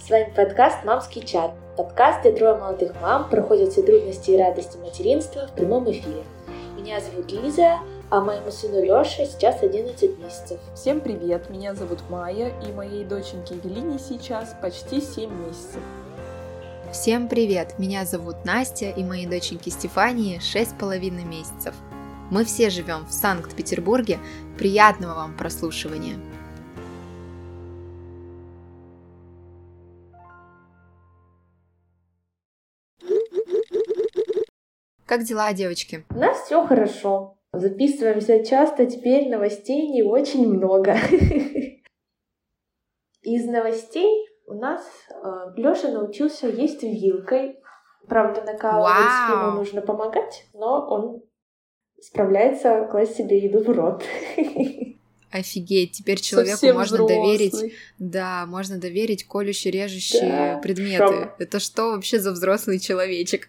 С вами подкаст «Мамский чат». Подкаст, где трое молодых мам проходят все трудности и радости материнства в прямом эфире. Меня зовут Лиза, а моему сыну Лёше сейчас 11 месяцев. Всем привет, меня зовут Майя, и моей доченьке Евелине сейчас почти 7 месяцев. Всем привет, меня зовут Настя, и моей доченьке Стефании 6,5 месяцев. Мы все живем в Санкт-Петербурге. Приятного вам прослушивания! Как дела, девочки? У нас все хорошо. Записываемся часто, теперь новостей не очень много. Из новостей у нас Лёша научился есть вилкой. Правда, накалывать ему нужно помогать, но он справляется класть себе еду в рот. Офигеть, теперь человеку совсем можно доверить, можно доверить колюще-режущие предметы. Шок. Это что вообще за взрослый человечек?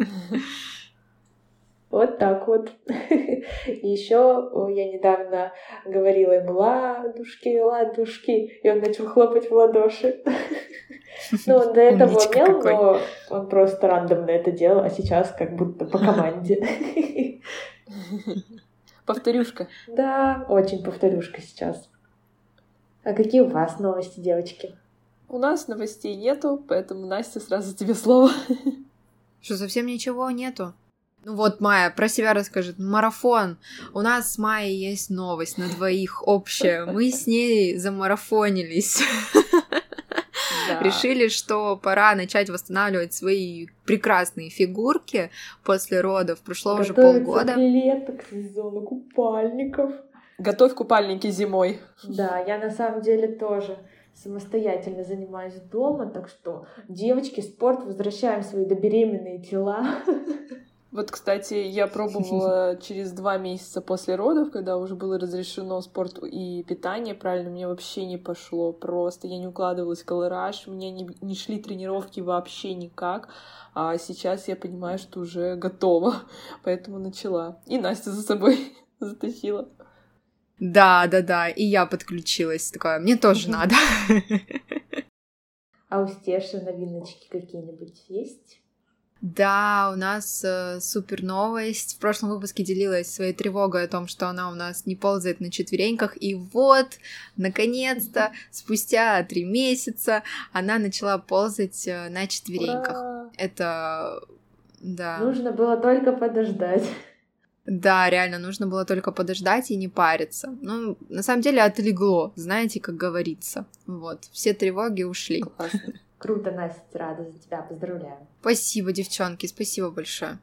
Вот так вот. Еще я недавно говорила ему ладушки, и он начал хлопать в ладоши. Ну, он до этого умел, но он просто рандомно это делал, а сейчас как будто по команде. Повторюшка. Да, очень повторюшка сейчас. А какие у вас новости, девочки? У нас новостей нету, поэтому, Настя, сразу тебе слово. Что, совсем ничего нету? Ну вот, Майя, про себя расскажет. Марафон. У нас с Майей есть новость на двоих общая. Мы с ней замарафонились. Да. Решили, что пора начать восстанавливать свои прекрасные фигурки после родов. Прошло уже полгода. Готовится лето к сезону купальников. Готовь купальники зимой. Да, я на самом деле тоже самостоятельно занимаюсь дома, так что, девочки, спорт, возвращаем свои добеременные тела. Вот, кстати, я пробовала через 2 месяца после родов, когда уже было разрешено спорт и питание, правильно, мне вообще не пошло, просто я не укладывалась в колораж, у меня не шли тренировки вообще никак, а сейчас я понимаю, что уже готова, поэтому начала. И Настя за собой затащила. Да, и я подключилась, такая, мне тоже надо. А у Стеши новиночки какие-нибудь есть? Да, у нас супер новость. В прошлом выпуске делилась своей тревогой о том, что она у нас не ползает на четвереньках. И вот, наконец-то, спустя 3 месяца она начала ползать на четвереньках. Ура! Это... да. Нужно было только подождать. Да, реально, нужно было только подождать и не париться. Ну, на самом деле, отлегло, знаете, как говорится. Вот, все тревоги ушли. Классно. Круто, Настя, рада за тебя, поздравляю. Спасибо, девчонки, спасибо большое.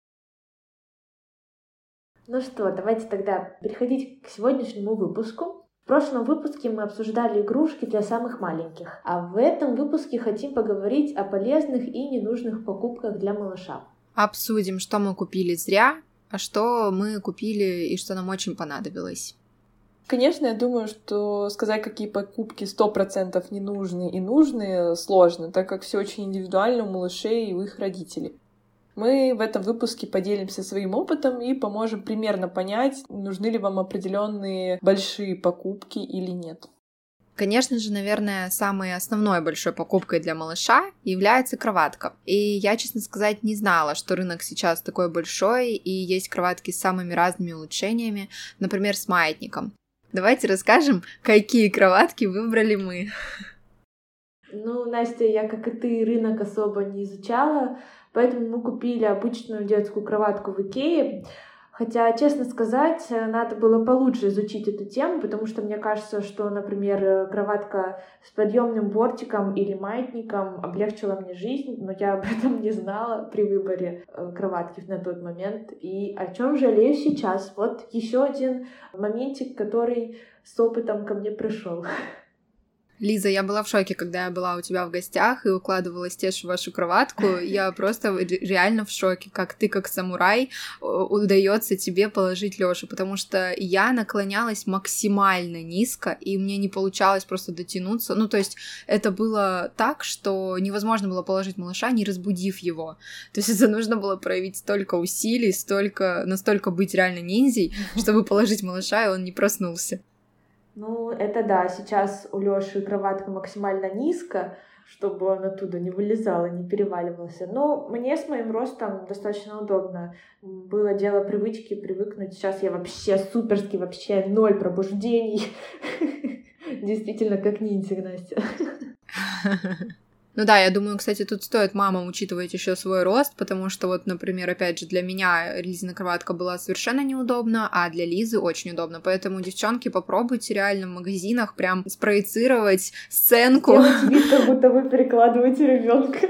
Ну что, давайте тогда переходить к сегодняшнему выпуску. В прошлом выпуске мы обсуждали игрушки для самых маленьких, а в этом выпуске хотим поговорить о полезных и ненужных покупках для малыша. Обсудим, что мы купили зря, а что мы купили и что нам очень понадобилось. Конечно, я думаю, что сказать, какие покупки 100% ненужные и нужные, сложно, так как все очень индивидуально у малышей и у их родителей. Мы в этом выпуске поделимся своим опытом и поможем примерно понять, нужны ли вам определенные большие покупки или нет. Конечно же, наверное, самой основной большой покупкой для малыша является кроватка. И я, честно сказать, не знала, что рынок сейчас такой большой, и есть кроватки с самыми разными улучшениями, например, с маятником. Давайте расскажем, какие кроватки выбрали мы. Ну, Настя, я, как и ты, рынок особо не изучала, поэтому мы купили обычную детскую кроватку в Икее. Хотя, честно сказать, надо было получше изучить эту тему, потому что мне кажется, что, например, кроватка с подъемным бортиком или маятником облегчила мне жизнь, но я об этом не знала при выборе кроватки на тот момент. И о чем жалею сейчас? Вот еще один моментик, который с опытом ко мне пришел. Лиза, я была в шоке, когда я была у тебя в гостях и укладывала Стешу в вашу кроватку. Я просто реально в шоке, как ты, как самурай, удается тебе положить Лёшу, потому что я наклонялась максимально низко, и мне не получалось просто дотянуться. Ну, то есть это было так, что невозможно было положить малыша, не разбудив его. То есть это нужно было проявить столько усилий, настолько быть реально ниндзей, чтобы положить малыша, и он не проснулся. Ну, это да, сейчас у Лёши кроватка максимально низко, чтобы он оттуда не вылезал и не переваливался. Но мне с моим ростом достаточно удобно. Было дело привычки привыкнуть. Сейчас я вообще суперски, вообще 0 пробуждений. Действительно, как ниндзя, Настя. Ну да, я думаю, кстати, тут стоит мамам учитывать еще свой рост, потому что вот, например, опять же, для меня Лизина кроватка была совершенно неудобна, а для Лизы очень удобно. Поэтому, девчонки, попробуйте реально в магазинах прям спроецировать сценку. Делайте вид, как будто вы перекладываете ребенка.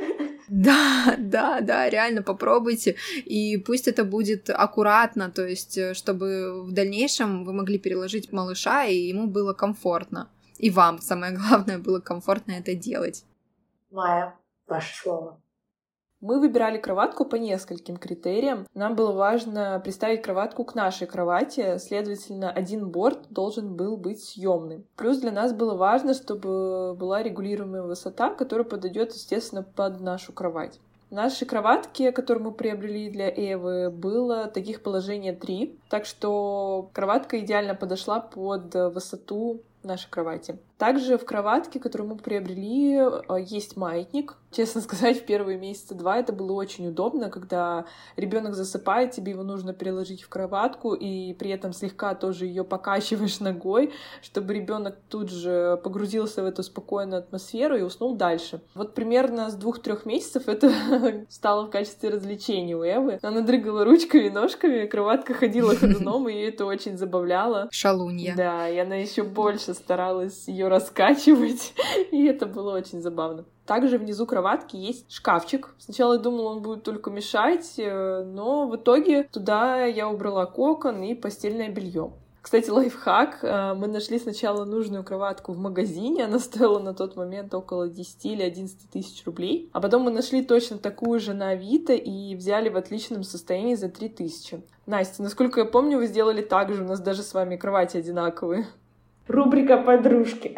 Да, реально попробуйте. И пусть это будет аккуратно, то есть, чтобы в дальнейшем вы могли переложить малыша, и ему было комфортно. И вам, самое главное, было комфортно это делать. Майя, ваше слово. Мы выбирали кроватку по нескольким критериям. Нам было важно приставить кроватку к нашей кровати, следовательно, один борт должен был быть съемным. Плюс для нас было важно, чтобы была регулируемая высота, которая подойдет, естественно, под нашу кровать. В нашей кроватке, которую мы приобрели для Эвы, было таких положений 3, так что кроватка идеально подошла под высоту нашей кровати. Также в кроватке, которую мы приобрели, есть маятник. Честно сказать, в первые месяца 2 это было очень удобно, когда ребенок засыпает, тебе его нужно переложить в кроватку, и при этом слегка тоже ее покачиваешь ногой, чтобы ребенок тут же погрузился в эту спокойную атмосферу и уснул дальше. Вот примерно с 2-3 месяцев это стало в качестве развлечения у Эвы. Она дрыгала ручками, ножками, кроватка ходила ходуном, и ее это очень забавляло. Шалунья. Да, и она еще больше старалась ее раскачивать, и это было очень забавно. Также внизу кроватки есть шкафчик. Сначала я думала, он будет только мешать, но в итоге туда я убрала кокон и постельное белье. Кстати, лайфхак. Мы нашли сначала нужную кроватку в магазине. Она стоила на тот момент около 10 или 11 тысяч рублей. А потом мы нашли точно такую же на Авито и взяли в отличном состоянии за 3000. Настя, насколько я помню, вы сделали так же. У нас даже с вами кровати одинаковые. Рубрика «Подружки».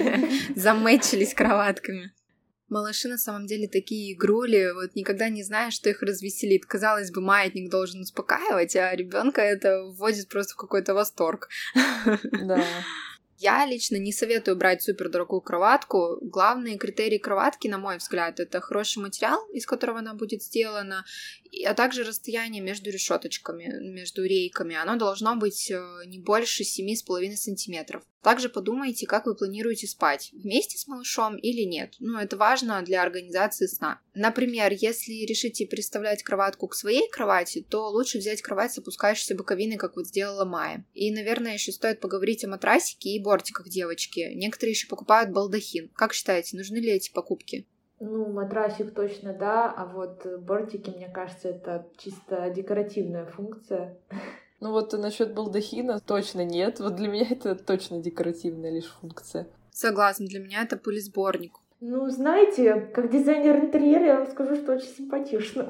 Замэчились кроватками. Малыши на самом деле такие игрули, вот никогда не знаешь, что их развеселит. Казалось бы, маятник должен успокаивать, а ребенка это вводит просто в какой-то восторг. Да. Я лично не советую брать супердорогую кроватку. Главные критерии кроватки, на мой взгляд, это хороший материал, из которого она будет сделана, а также расстояние между решеточками, между рейками. Оно должно быть не больше 7,5 сантиметров. Также подумайте, как вы планируете спать, вместе с малышом или нет. Это важно для организации сна. Например, если решите приставлять кроватку к своей кровати, то лучше взять кровать с опускающейся боковиной, как вот сделала Майя. И, наверное, еще стоит поговорить о матрасике и бортиках девочки. Некоторые еще покупают балдахин. Как считаете, нужны ли эти покупки? Матрасик точно да, а вот бортики, мне кажется, это чисто декоративная функция. Насчет балдахина точно нет. Вот для меня это точно декоративная лишь функция. Согласна, для меня это пылесборник. Знаете, как дизайнер интерьера, я вам скажу, что очень симпатично.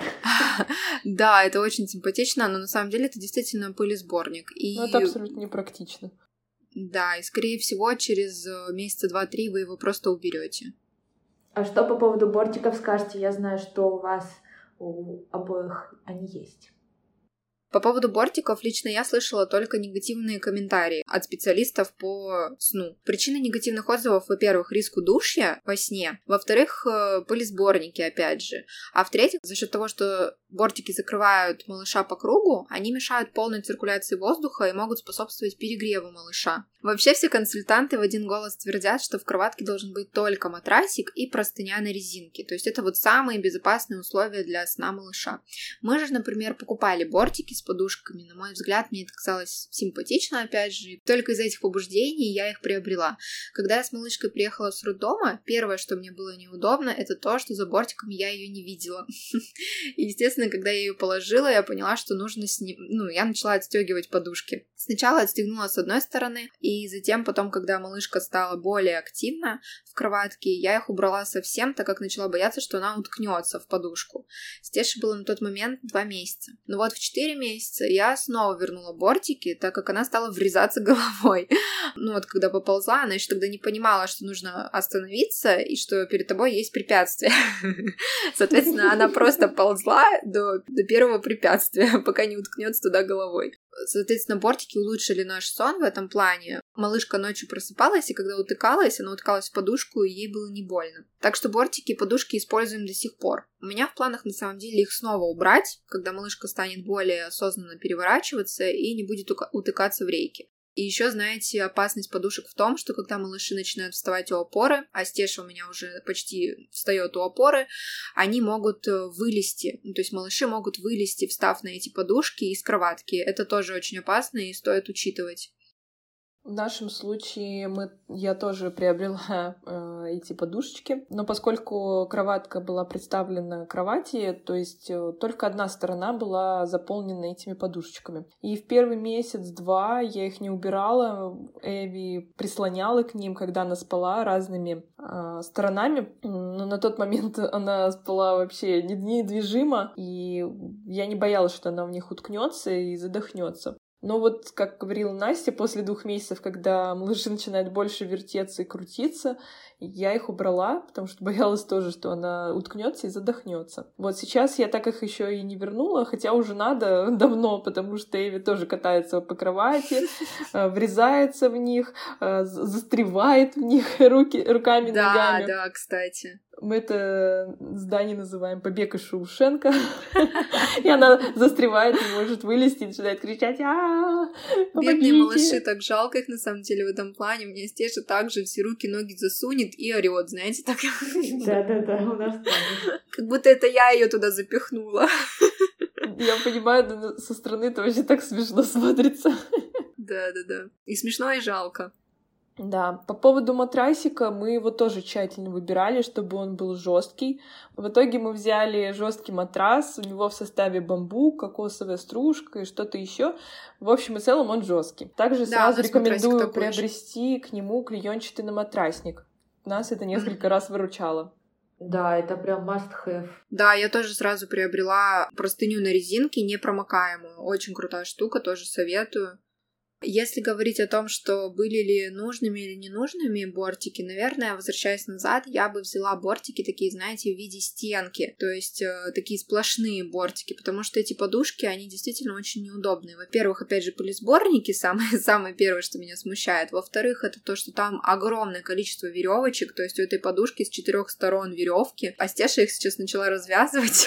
Да, это очень симпатично, но на самом деле это действительно пылесборник. Это абсолютно непрактично. Да, и скорее всего через месяца 2-3 вы его просто уберете. А что по поводу бортиков скажете? Я знаю, что у вас у обоих они есть. По поводу бортиков лично я слышала только негативные комментарии от специалистов по сну. Причина негативных отзывов, во-первых, риск удушья во сне, во-вторых, пылесборники, опять же, а в-третьих, за счет того, что бортики закрывают малыша по кругу, они мешают полной циркуляции воздуха и могут способствовать перегреву малыша. Вообще все консультанты в один голос твердят, что в кроватке должен быть только матрасик и простыня на резинке, то есть это вот самые безопасные условия для сна малыша. Мы же, например, покупали бортики с подушками, на мой взгляд, мне это казалось симпатично, опять же, и только из-за этих побуждений я их приобрела. Когда я с малышкой приехала с роддома, первое, что мне было неудобно, это то, что за бортиками я ее не видела. И, естественно, когда я ее положила, я поняла, что нужно я начала отстегивать подушки. Сначала отстегнула с одной стороны, и затем потом, когда малышка стала более активна в кроватке, я их убрала совсем, так как начала бояться, что она уткнется в подушку. Стеше было на тот момент 2 месяца. Но вот в 4 месяца я снова вернула бортики, так как она стала врезаться головой. Когда поползла, она еще тогда не понимала, что нужно остановиться и что перед тобой есть препятствие. Соответственно, она просто ползла до первого препятствия, пока не уткнется туда головой. Соответственно, бортики улучшили наш сон в этом плане. Малышка ночью просыпалась, и когда утыкалась, она утыкалась в подушку, и ей было не больно. Так что бортики и подушки используем до сих пор. У меня в планах, на самом деле, их снова убрать, когда малышка станет более осознанно переворачиваться и не будет утыкаться в рейки. И еще, знаете, опасность подушек в том, что когда малыши начинают вставать у опоры, а Стеша у меня уже почти встает у опоры, они могут вылезти. То есть малыши могут вылезти, встав на эти подушки из кроватки. Это тоже очень опасно и стоит учитывать. В нашем случае я тоже приобрела эти подушечки, но поскольку кроватка была представлена кровати, то есть только одна сторона была заполнена этими подушечками. И в первый месяц-два я их не убирала, Эви прислоняла к ним, когда она спала, разными сторонами, но на тот момент она спала вообще недвижимо, и я не боялась, что она в них уткнется и задохнется. Но вот, как говорила Настя, после 2 месяцев, когда малыши начинают больше вертеться и крутиться, я их убрала, потому что боялась тоже, что она уткнется и задохнется. Вот сейчас я так их еще и не вернула, хотя уже надо давно, потому что Эви тоже катается по кровати, врезается в них, застревает в них руками, ногами. Да, кстати. Мы это здание называем «Побег из Шоушенка». И она застревает, не может вылезти, начинает кричать: «Помогите!» Бедные малыши, так жалко их на самом деле в этом плане. У меня Стеша также все руки, ноги засунет и орёт, знаете, так. Да, у нас тоже. Как будто это я ее туда запихнула. Я понимаю, но со стороны это вообще так смешно смотрится. Да. И смешно, и жалко. Да, по поводу матрасика мы его тоже тщательно выбирали, чтобы он был жесткий. В итоге мы взяли жесткий матрас, у него в составе бамбук, кокосовая стружка и что-то еще. В общем и целом он жесткий. Также сразу рекомендую приобрести к нему клеенчатый матрасник. Нас это несколько раз выручало. Да, это прям must have. Да, я тоже сразу приобрела простыню на резинке, непромокаемую. Очень крутая штука, тоже советую. Если говорить о том, что были ли нужными или ненужными бортики, наверное, возвращаясь назад, я бы взяла бортики такие, знаете, в виде стенки, то есть такие сплошные бортики, потому что эти подушки, они действительно очень неудобные. Во-первых, опять же, пылесборники, самое первое, что меня смущает. Во-вторых, это то, что там огромное количество веревочек, то есть у этой подушки с 4 сторон веревки, а Стеша их сейчас начала развязывать.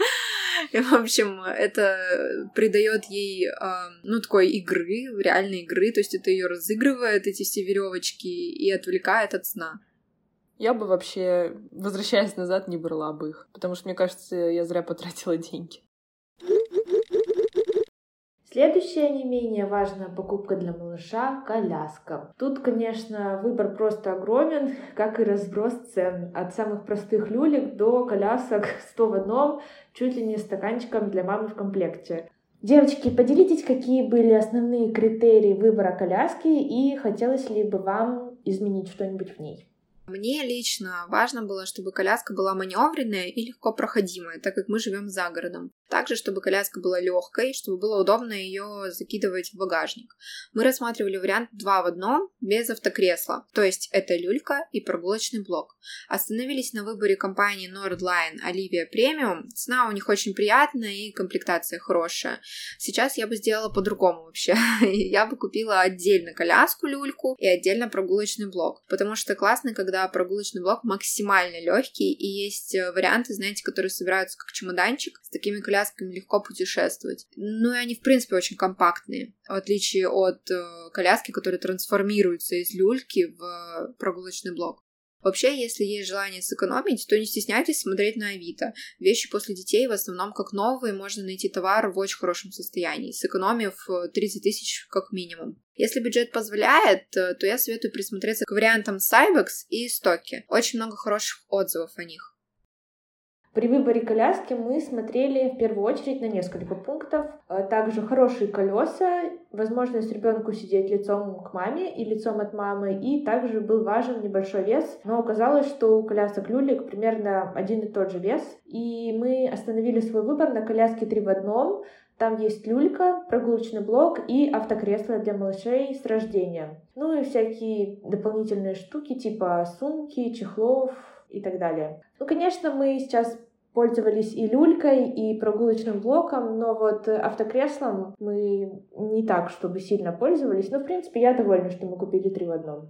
И, в общем, это придает ей, такой игры, реальной игры, то есть это ее разыгрывает, эти все веревочки, и отвлекает от сна. Я бы вообще, возвращаясь назад, не брала бы их, потому что, мне кажется, я зря потратила деньги. Следующая не менее важная покупка для малыша — коляска. Тут, конечно, выбор просто огромен, как и разброс цен. От самых простых люлек до колясок 100 в одном, чуть ли не стаканчиком для мамы в комплекте. Девочки, поделитесь, какие были основные критерии выбора коляски и хотелось ли бы вам изменить что-нибудь в ней? Мне лично важно было, чтобы коляска была маневренная и легко проходимая, так как мы живем за городом. Также, чтобы коляска была легкой, чтобы было удобно ее закидывать в багажник. Мы рассматривали вариант 2 в 1 без автокресла, то есть это люлька и прогулочный блок. Остановились на выборе компании Nordline Olivia Premium. Цена у них очень приятная и комплектация хорошая. Сейчас я бы сделала по-другому вообще. Я бы купила отдельно коляску, люльку и отдельно прогулочный блок, потому что классно, когда прогулочный блок максимально легкий и есть варианты, знаете, которые собираются как чемоданчик. С такими колясками легко путешествовать. Ну и они, в принципе, очень компактные, в отличие от коляски, которые трансформируются из люльки в прогулочный блок. Вообще, если есть желание сэкономить, то не стесняйтесь смотреть на Авито. Вещи после детей в основном как новые, можно найти товар в очень хорошем состоянии, сэкономив 30 тысяч как минимум. Если бюджет позволяет, то я советую присмотреться к вариантам Cybex и Стоки. Очень много хороших отзывов о них. При выборе коляски мы смотрели в первую очередь на несколько пунктов. Также хорошие колеса, возможность ребенку сидеть лицом к маме и лицом от мамы, и также был важен небольшой вес, но оказалось, что у колясок люлек примерно один и тот же вес, и мы остановили свой выбор на коляске 3 в 1. Там есть люлька, прогулочный блок и автокресло для малышей с рождения. Ну и всякие дополнительные штуки типа сумки, чехлов и так далее. Ну, конечно, мы сейчас пользовались и люлькой, и прогулочным блоком, но вот автокреслом мы не так, чтобы сильно пользовались. Но, в принципе, я довольна, что мы купили 3 в одном.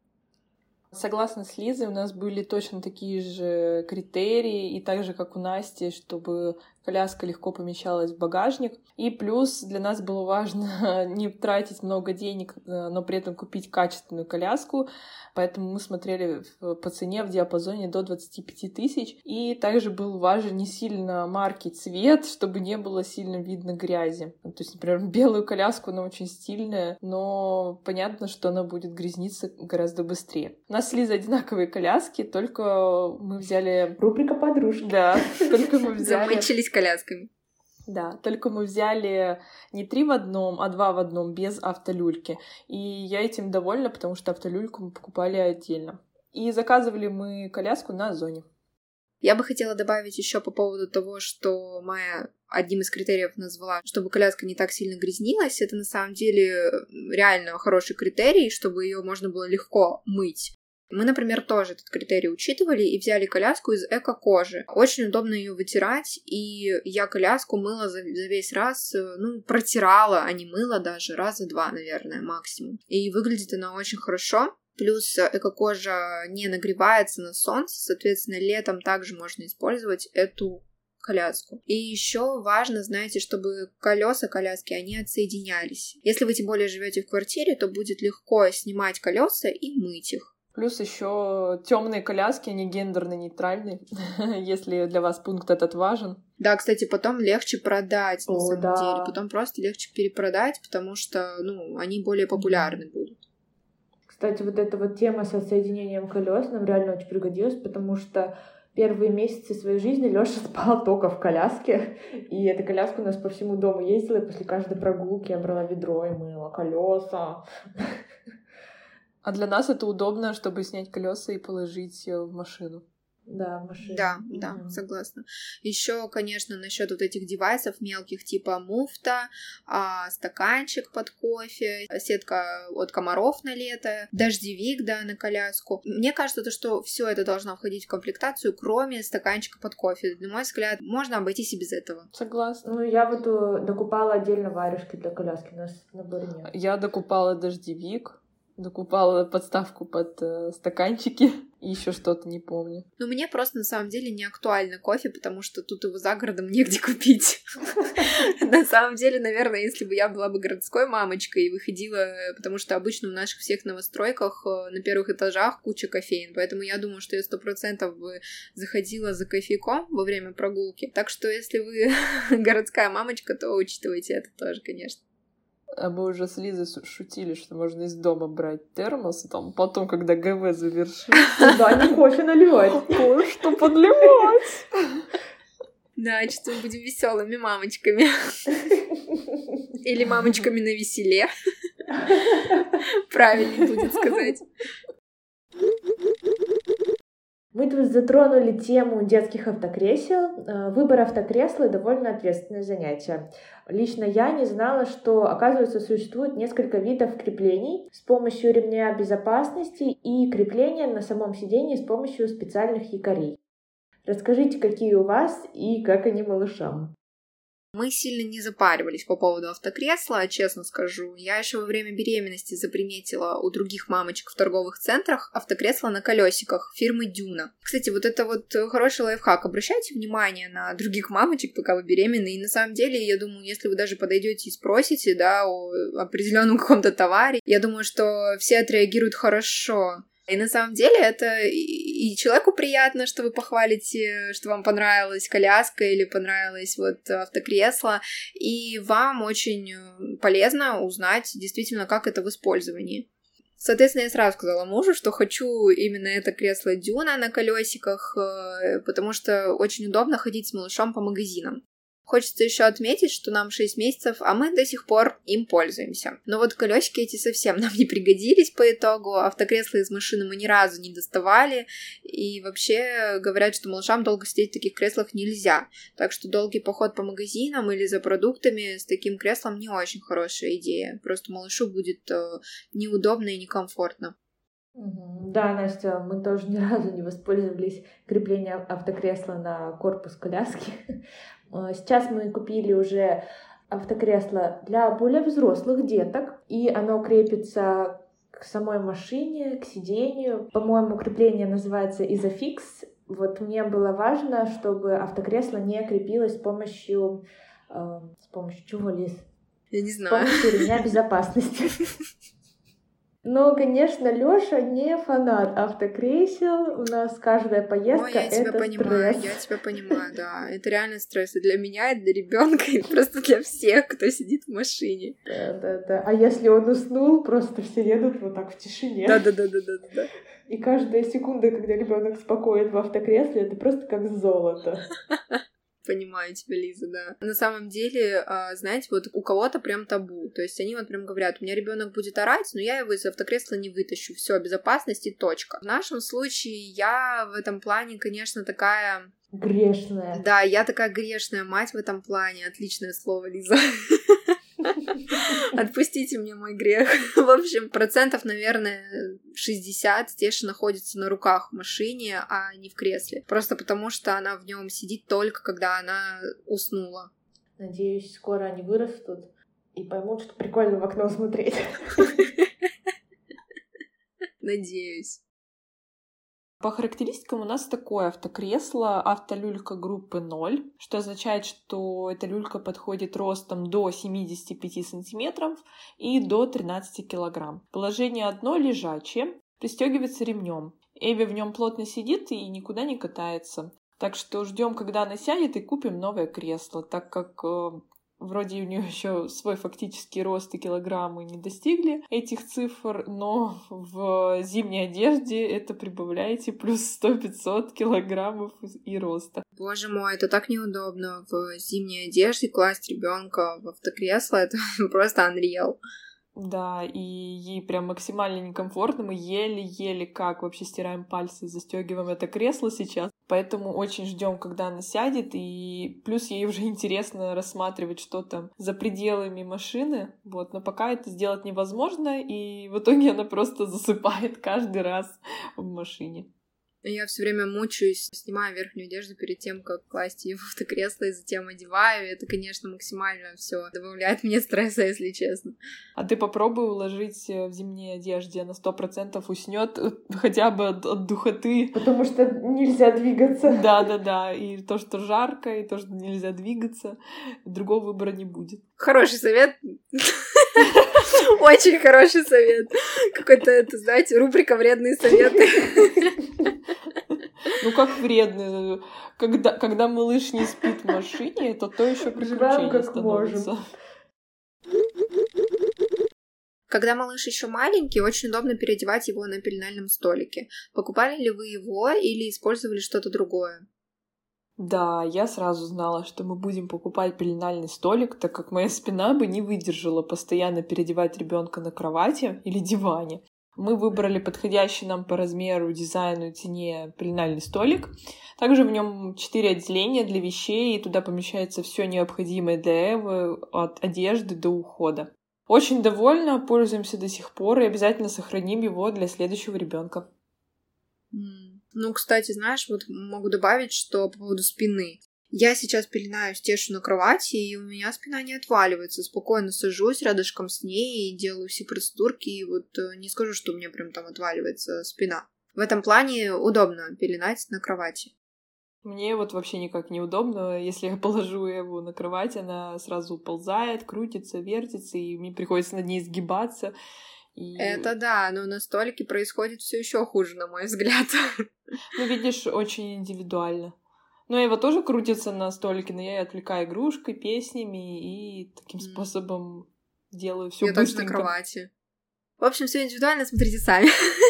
Согласна с Лизой, у нас были точно такие же критерии, и так же, как у Насти, чтобы коляска легко помещалась в багажник. И плюс для нас было важно не тратить много денег, но при этом купить качественную коляску, поэтому мы смотрели по цене в диапазоне до 25 тысяч. И также был важен не сильно марки цвет, чтобы не было сильно видно грязи. То есть, например, белую коляску, она очень стильная, но понятно, что она будет грязниться гораздо быстрее. У нас с Лизой одинаковые коляски, только мы взяли... Рубрика подружки. Да, только мы взяли... Замучились колясками. Да, только мы взяли не 3 в одном, а 2 в одном, без автолюльки. И я этим довольна, потому что автолюльку мы покупали отдельно. И заказывали мы коляску на Озоне. Я бы хотела добавить еще по поводу того, что Майя одним из критериев назвала, чтобы коляска не так сильно грязнилась. Это на самом деле реально хороший критерий, чтобы ее можно было легко мыть. Мы, например, тоже этот критерий учитывали и взяли коляску из эко-кожи. Очень удобно ее вытирать, и я коляску мыла за весь раз, протирала, а не мыла даже, раза 2, наверное, максимум. И выглядит она очень хорошо. Плюс эко-кожа не нагревается на солнце, соответственно, летом также можно использовать эту коляску. И еще важно, знаете, чтобы колеса коляски, они отсоединялись. Если вы тем более живете в квартире, то будет легко снимать колеса и мыть их. Плюс еще темные коляски, они гендерно-нейтральные, если для вас пункт этот важен. Да, кстати, потом легче продать, на самом деле. Потом просто легче перепродать, потому что, они более популярны будут. Кстати, вот эта вот тема со соединением колес нам реально очень пригодилась, потому что первые месяцы своей жизни Лёша спал только в коляске, и эта коляска у нас по всему дому ездила, и после каждой прогулки я брала ведро и мыла колеса. А для нас это удобно, чтобы снять колеса и положить в машину. Да, в машину. Да, согласна. Еще, конечно, насчет вот этих девайсов мелких, типа муфта, стаканчик под кофе, сетка от комаров на лето, дождевик, да, на коляску. Мне кажется, что все это должно входить в комплектацию, кроме стаканчика под кофе. На мой взгляд, можно обойтись и без этого. Согласна. Я вот докупала отдельно варежки для коляски, у нас в наборе нет. Я докупала дождевик, докупала подставку под стаканчики и еще что-то, не помню. Мне просто на самом деле не актуально кофе, потому что тут его за городом негде купить. На самом деле, наверное, если бы я была бы городской мамочкой и выходила, потому что обычно в наших всех новостройках на первых этажах куча кофеин, поэтому я думаю, что я 100% бы заходила за кофейком во время прогулки. Так что если вы городская мамочка, то учитывайте это тоже, конечно. А мы уже с Лизой шутили, что можно из дома брать термос, и там потом, когда ГВ завершится... Да, не кофе наливать. Кое-что подливать. Да, что мы будем веселыми мамочками. Или мамочками на веселе. Правильнее будет сказать. Мы тут затронули тему детских автокресел. Выбор автокресла — довольно ответственное занятие. Лично я не знала, что, оказывается, существует несколько видов креплений с помощью ремня безопасности и крепления на самом сидении с помощью специальных якорей. Расскажите, какие у вас и как они малышам. Мы сильно не запаривались по поводу автокресла, честно скажу. Я еще во время беременности заприметила у других мамочек в торговых центрах автокресло на колесиках фирмы Дюна. Кстати, вот это вот хороший лайфхак. Обращайте внимание на других мамочек, пока вы беременны. И на самом деле, я думаю, если вы даже подойдете и спросите, да, о определенном каком-то товаре, я думаю, что все отреагируют хорошо. И на самом деле это и человеку приятно, что вы похвалите, что вам понравилась коляска или понравилось вот автокресло, и вам очень полезно узнать действительно, как это в использовании. Соответственно, я сразу сказала мужу, что хочу именно это кресло Дюна на колесиках, потому что очень удобно ходить с малышом по магазинам. Хочется еще отметить, что нам 6 месяцев, а мы до сих пор им пользуемся. Но вот колесики эти совсем нам не пригодились по итогу, автокресла из машины мы ни разу не доставали, и вообще говорят, что малышам долго сидеть в таких креслах нельзя. Так что долгий поход по магазинам или за продуктами с таким креслом не очень хорошая идея. Просто малышу будет неудобно и некомфортно. Да, Настя, мы тоже ни разу не воспользовались креплением автокресла на корпус коляски. Сейчас мы купили уже автокресло для более взрослых деток, и оно крепится к самой машине, к сидению. По-моему, крепление называется Isofix. Вот мне было важно, чтобы автокресло не крепилось с помощью чего, Лиз? Я не С знаю. помощью ремня безопасности. Ну, конечно, Лёша не фанат автокресел. У нас каждая поездка — я тебя это понимаю, стресс. я тебя понимаю, да. Это реально стресс и для меня, и для ребенка, и просто для всех, кто сидит в машине. Да. А если он уснул, просто все едут вот так в тишине. Да. И каждая секунда, когда ребенок спокоен в автокресле, это просто как золото. Понимаю тебя, Лиза, да. На самом деле, знаете, вот у кого-то прям табу. То есть они вот прям говорят, у меня ребенок будет орать, но я его из автокресла не вытащу. Все, безопасность и точка. В нашем случае я в этом плане, конечно, такая... Грешная. Да, я такая грешная мать в этом плане. Отличное слово, Лиза. Отпустите мне мой грех. В общем, процентов, наверное, 60 Стеша находится на руках в машине, а не в кресле. Просто потому, что она в нем сидит только, когда она уснула. Надеюсь, скоро они вырастут и поймут, что прикольно в окно смотреть. Надеюсь. По характеристикам у нас такое автокресло, автолюлька группы 0, что означает, что эта люлька подходит ростом до 75 сантиметров и до 13 килограмм. Положение одно лежачее, пристегивается ремнем. Эви в нем плотно сидит и никуда не катается. Так что ждем, когда она сядет, и купим новое кресло, так как вроде у нее еще свой фактический рост и килограммы не достигли этих цифр, но в зимней одежде это прибавляете плюс 100-500 килограммов и роста. Боже мой, это так неудобно в зимней одежде класть ребенка в автокресло, это просто unreal. Да, и ей прям максимально некомфортно. Мы еле-еле как вообще стираем пальцы и застегиваем это кресло сейчас. Поэтому очень ждем, когда она сядет. И плюс ей уже интересно рассматривать, что там за пределами машины. Вот. Но пока это сделать невозможно. И в итоге она просто засыпает каждый раз в машине. Я все время мучаюсь, снимаю верхнюю одежду перед тем, как класть ее в автокресло, и затем одеваю. Это, конечно, максимально все добавляет мне стресса, если честно. А ты попробуй уложить в зимней одежде, она 100% уснет хотя бы от духоты. Потому что нельзя двигаться. Да. И то, что жарко, и то, что нельзя двигаться, другого выбора не будет. Хороший совет. Очень хороший совет. Какой-то, это, знаете, рубрика «Вредные советы». Ну как вредно? Когда малыш не спит в машине, это то еще приключение становится. Когда малыш еще маленький, очень удобно переодевать его на пеленальном столике. Покупали ли вы его или использовали что-то другое? Да, я сразу знала, что мы будем покупать пеленальный столик, так как моя спина бы не выдержала постоянно переодевать ребенка на кровати или диване. Мы выбрали подходящий нам по размеру, дизайну и цене пеленальный столик. Также в нем 4 отделения для вещей, и туда помещается все необходимое для Эвы, от одежды до ухода. Очень довольна, пользуемся до сих пор и обязательно сохраним его для следующего ребенка. Ну, кстати, знаешь, вот могу добавить, что по поводу спины. Я сейчас пеленаю Стешу на кровати, и у меня спина не отваливается. Спокойно сажусь рядышком с ней и делаю все процедурки, и вот не скажу, что у меня прям там отваливается спина. В этом плане удобно пеленать на кровати. Мне вот вообще никак неудобно. Если я положу его на кровать, она сразу ползает, крутится, вертится, и мне приходится над ней сгибаться. И... Это да, но на столике происходит все еще хуже, на мой взгляд. Ну, видишь, очень индивидуально. Но Эва тоже крутится на столике, но я ее отвлекаю игрушкой, песнями и таким способом делаю все быстренько. Я тоже на кровати. В общем, все индивидуально, смотрите сами.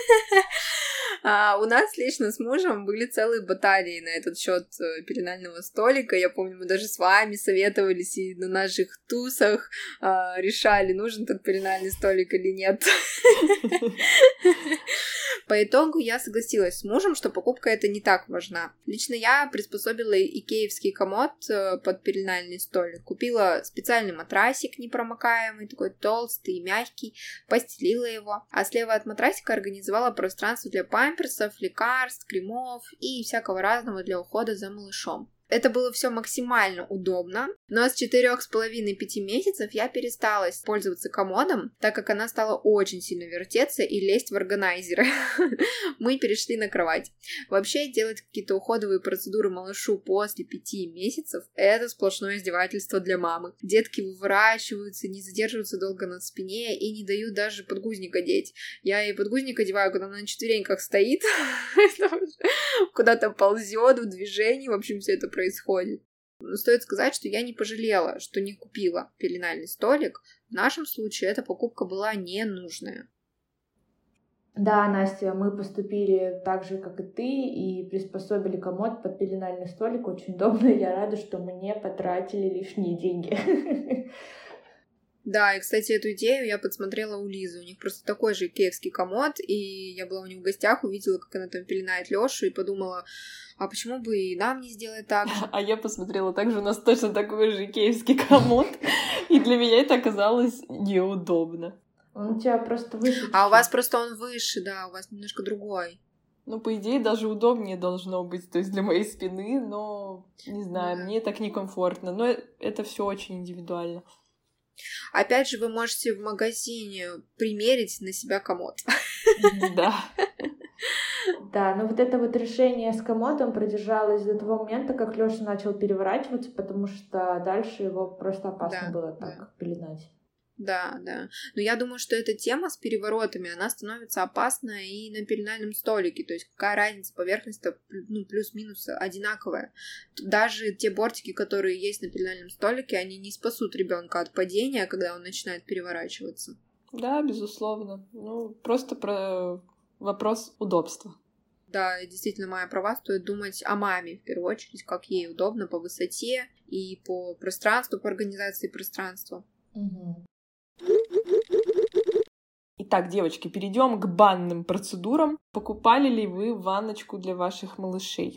У нас лично с мужем были целые баталии на этот счет пеленального столика. Я помню, мы даже с вами советовались и на наших тусах решали, нужен тот пеленальный столик или нет. По итогу я согласилась с мужем, что покупка эта не так важна. Лично я приспособила икеевский комод под пеленальный столик, купила специальный матрасик непромокаемый, такой толстый и мягкий, постелила его, а слева от матрасика организовала пространство для памперсов, лекарств, кремов и всякого разного для ухода за малышом. Это было все максимально удобно, но с 4,5-5 месяцев я перестала пользоваться комодом, так как она стала очень сильно вертеться и лезть в органайзеры. Мы перешли на кровать. Вообще, делать какие-то уходовые процедуры малышу после 5 месяцев — это сплошное издевательство для мамы. Детки выворачиваются, не задерживаются долго на спине и не дают даже подгузник одеть. Я ей подгузник одеваю, когда она на четвереньках стоит, куда-то ползет в движении, в общем, все это происходит. Но стоит сказать, что я не пожалела, что не купила пеленальный столик. В нашем случае эта покупка была ненужная. Да, Настя, мы поступили так же, как и ты, и приспособили комод под пеленальный столик. Очень удобно, и я рада, что мы не потратили лишние деньги. Да, и, кстати, эту идею я подсмотрела у Лизы. У них просто такой же икеевский комод, и я была у них в гостях, увидела, как она там пеленает Лёшу, и подумала, а почему бы и нам не сделать так же? А я посмотрела также, у нас точно такой же икеевский комод, и для меня это оказалось неудобно. Он у тебя просто выше. А у вас просто он выше, да, у вас немножко другой. Ну, по идее, даже удобнее должно быть, то есть для моей спины, но, не знаю, мне так некомфортно. Но это все очень индивидуально. Опять же, вы можете в магазине примерить на себя комод. Да. Да, но вот это вот решение с комодом продержалось до того момента, как Лёша начал переворачиваться, потому что дальше его просто опасно было так пеленать. Да. Но я думаю, что эта тема с переворотами, она становится опасна и на пеленальном столике. То есть какая разница, поверхность-то плюс-минус одинаковая. Даже те бортики, которые есть на пеленальном столике, они не спасут ребенка от падения, когда он начинает переворачиваться. Да, безусловно. Ну, просто про вопрос удобства. Да, действительно, Майя права, стоит думать о маме в первую очередь, как ей удобно по высоте и по пространству, по организации пространства. Угу. Итак, девочки, перейдем к банным процедурам. Покупали ли вы ванночку для ваших малышей?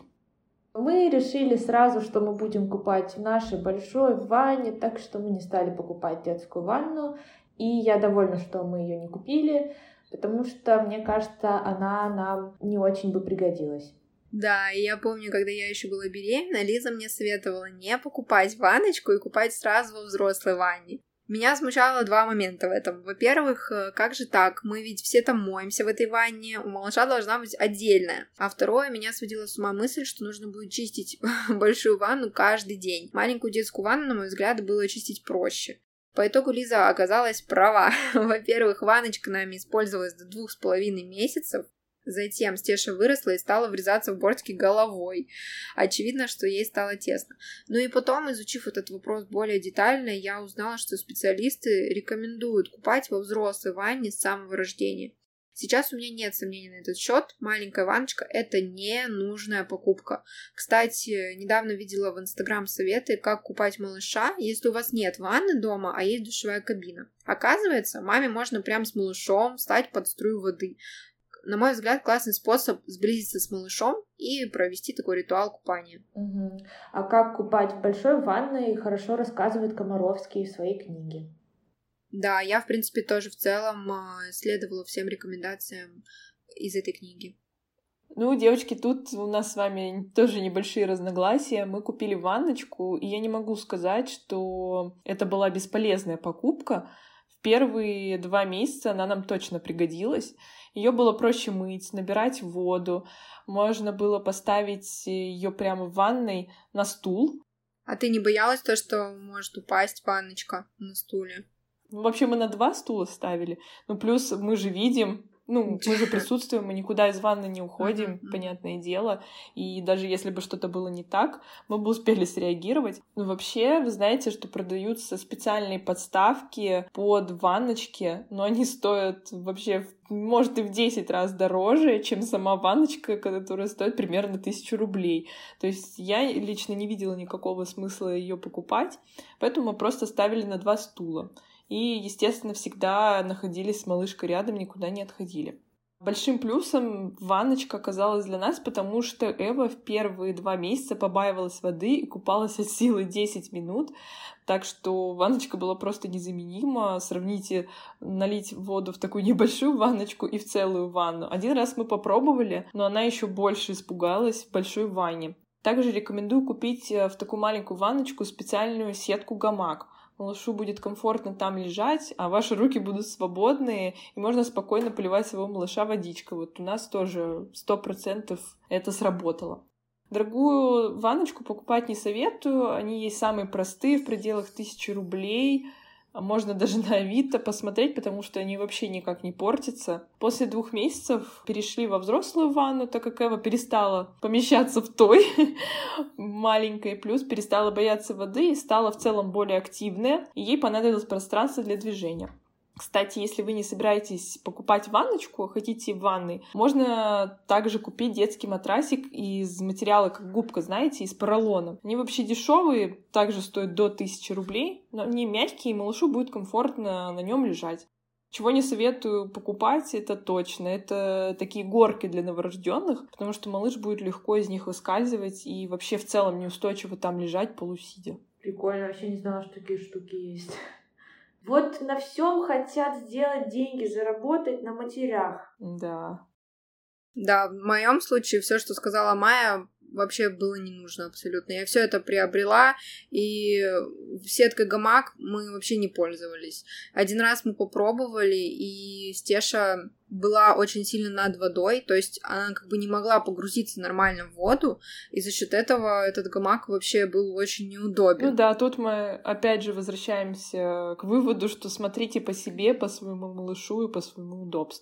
Мы решили сразу, что мы будем купать в нашей большой ванне, так что мы не стали покупать детскую ванну. И я довольна, что мы ее не купили, потому что, мне кажется, она нам не очень бы пригодилась. Да, и я помню, когда я еще была беременна, Лиза мне советовала не покупать ванночку и купать сразу во взрослой ванне. Меня смущало два момента в этом. Во-первых, как же так? Мы ведь все там моемся в этой ванне, у малыша должна быть отдельная. А второе, меня сводила с ума мысль, что нужно будет чистить большую ванну каждый день. Маленькую детскую ванну, на мой взгляд, было чистить проще. По итогу Лиза оказалась права. Во-первых, ванночка нами использовалась до 2,5 месяцев. Затем Стеша выросла и стала врезаться в бортики головой. Очевидно, что ей стало тесно. Ну и потом, изучив этот вопрос более детально, я узнала, что специалисты рекомендуют купать во взрослой ванне с самого рождения. Сейчас у меня нет сомнений на этот счет. Маленькая ванночка — это ненужная покупка. Кстати, недавно видела в Инстаграм советы, как купать малыша, если у вас нет ванны дома, а есть душевая кабина. Оказывается, маме можно прям с малышом встать под струю воды. На мой взгляд, классный способ сблизиться с малышом и провести такой ритуал купания. Угу. А как купать в большой ванной, хорошо рассказывает Комаровский в своей книге. Да, я, в принципе, тоже в целом следовала всем рекомендациям из этой книги. Ну, девочки, тут у нас с вами тоже небольшие разногласия. Мы купили ванночку, и я не могу сказать, что это была бесполезная покупка. В первые 2 месяца она нам точно пригодилась. Ее было проще мыть, набирать воду. Можно было поставить ее прямо в ванной на стул. А ты не боялась то, что может упасть ванночка на стуле? Вообще мы на 2 стула ставили. Ну, плюс мы же видим, мы же присутствуем, мы никуда из ванны не уходим, понятное дело. И даже если бы что-то было не так, мы бы успели среагировать. Но вообще, вы знаете, что продаются специальные подставки под ванночки, но они стоят вообще, может, и в 10 раз дороже, чем сама ванночка, которая стоит примерно 1000 рублей. То есть я лично не видела никакого смысла ее покупать, поэтому мы просто ставили на 2 стула. И, естественно, всегда находились с малышкой рядом, никуда не отходили. Большим плюсом ванночка оказалась для нас, потому что Эва в первые 2 месяца побаивалась воды и купалась от силы 10 минут. Так что ванночка была просто незаменима. Сравните налить воду в такую небольшую ванночку и в целую ванну. Один раз мы попробовали, но она еще больше испугалась в большой ванне. Также рекомендую купить в такую маленькую ванночку специальную сетку-гамак. Малышу будет комфортно там лежать, а ваши руки будут свободные, и можно спокойно поливать своего малыша водичкой. Вот у нас тоже 100% это сработало. Дорогую ванночку покупать не советую, они есть самые простые, в пределах 1000 рублей. Можно даже на Авито посмотреть, потому что они вообще никак не портятся. После 2 месяцев перешли во взрослую ванну, так как Эва перестала помещаться в той маленькой, плюс перестала бояться воды и стала в целом более активная, и ей понадобилось пространство для движения. Кстати, если вы не собираетесь покупать ванночку, а хотите в ванной, можно также купить детский матрасик из материала, как губка, знаете, из поролона. Они вообще дешевые, также стоят до 1000 рублей, но они мягкие, и малышу будет комфортно на нем лежать. Чего не советую покупать, это точно. Это такие горки для новорожденных, потому что малыш будет легко из них выскальзывать и вообще в целом неустойчиво там лежать полусидя. Прикольно, вообще не знала, что такие штуки есть. Вот на всем хотят сделать деньги, заработать на матерях. Да. Да, в моем случае все, что сказала Майя, вообще было не нужно абсолютно. Я все это приобрела, и сеткой гамак мы вообще не пользовались. Один раз мы попробовали, и Стеша была очень сильно над водой, то есть она как бы не могла погрузиться нормально в воду, и за счет этого этот гамак вообще был очень неудобен. Ну да, тут мы опять же возвращаемся к выводу, что смотрите по себе, по своему малышу и по своему удобству.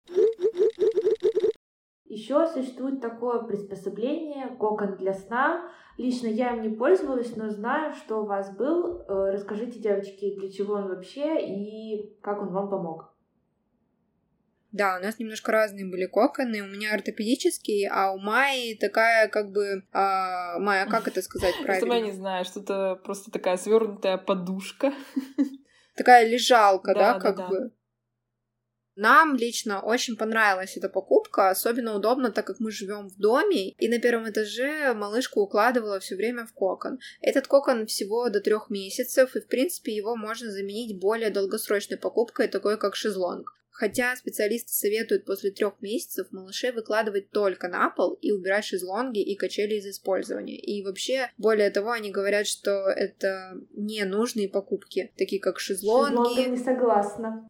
Еще существует такое приспособление кокон для сна. Лично я им не пользовалась, но знаю, что у вас был. Расскажите, девочки, для чего он вообще и как он вам помог. Да, у нас немножко разные были коконы. У меня ортопедический, а у Майи такая как бы... Майя, как это сказать правильно? Я сама не знаю, что-то просто такая свернутая подушка. Такая лежалка, да, да, как бы. Нам лично очень понравилась эта покупка, особенно удобно, так как мы живем в доме, и на первом этаже малышку укладывала все время в кокон. Этот кокон всего до 3 месяцев, и в принципе его можно заменить более долгосрочной покупкой, такой как шезлонг. Хотя специалисты советуют после 3 месяцев малышей выкладывать только на пол и убирать шезлонги и качели из использования. И вообще, более того, они говорят, что это ненужные покупки, такие как шезлонги. Шезлонги не согласна.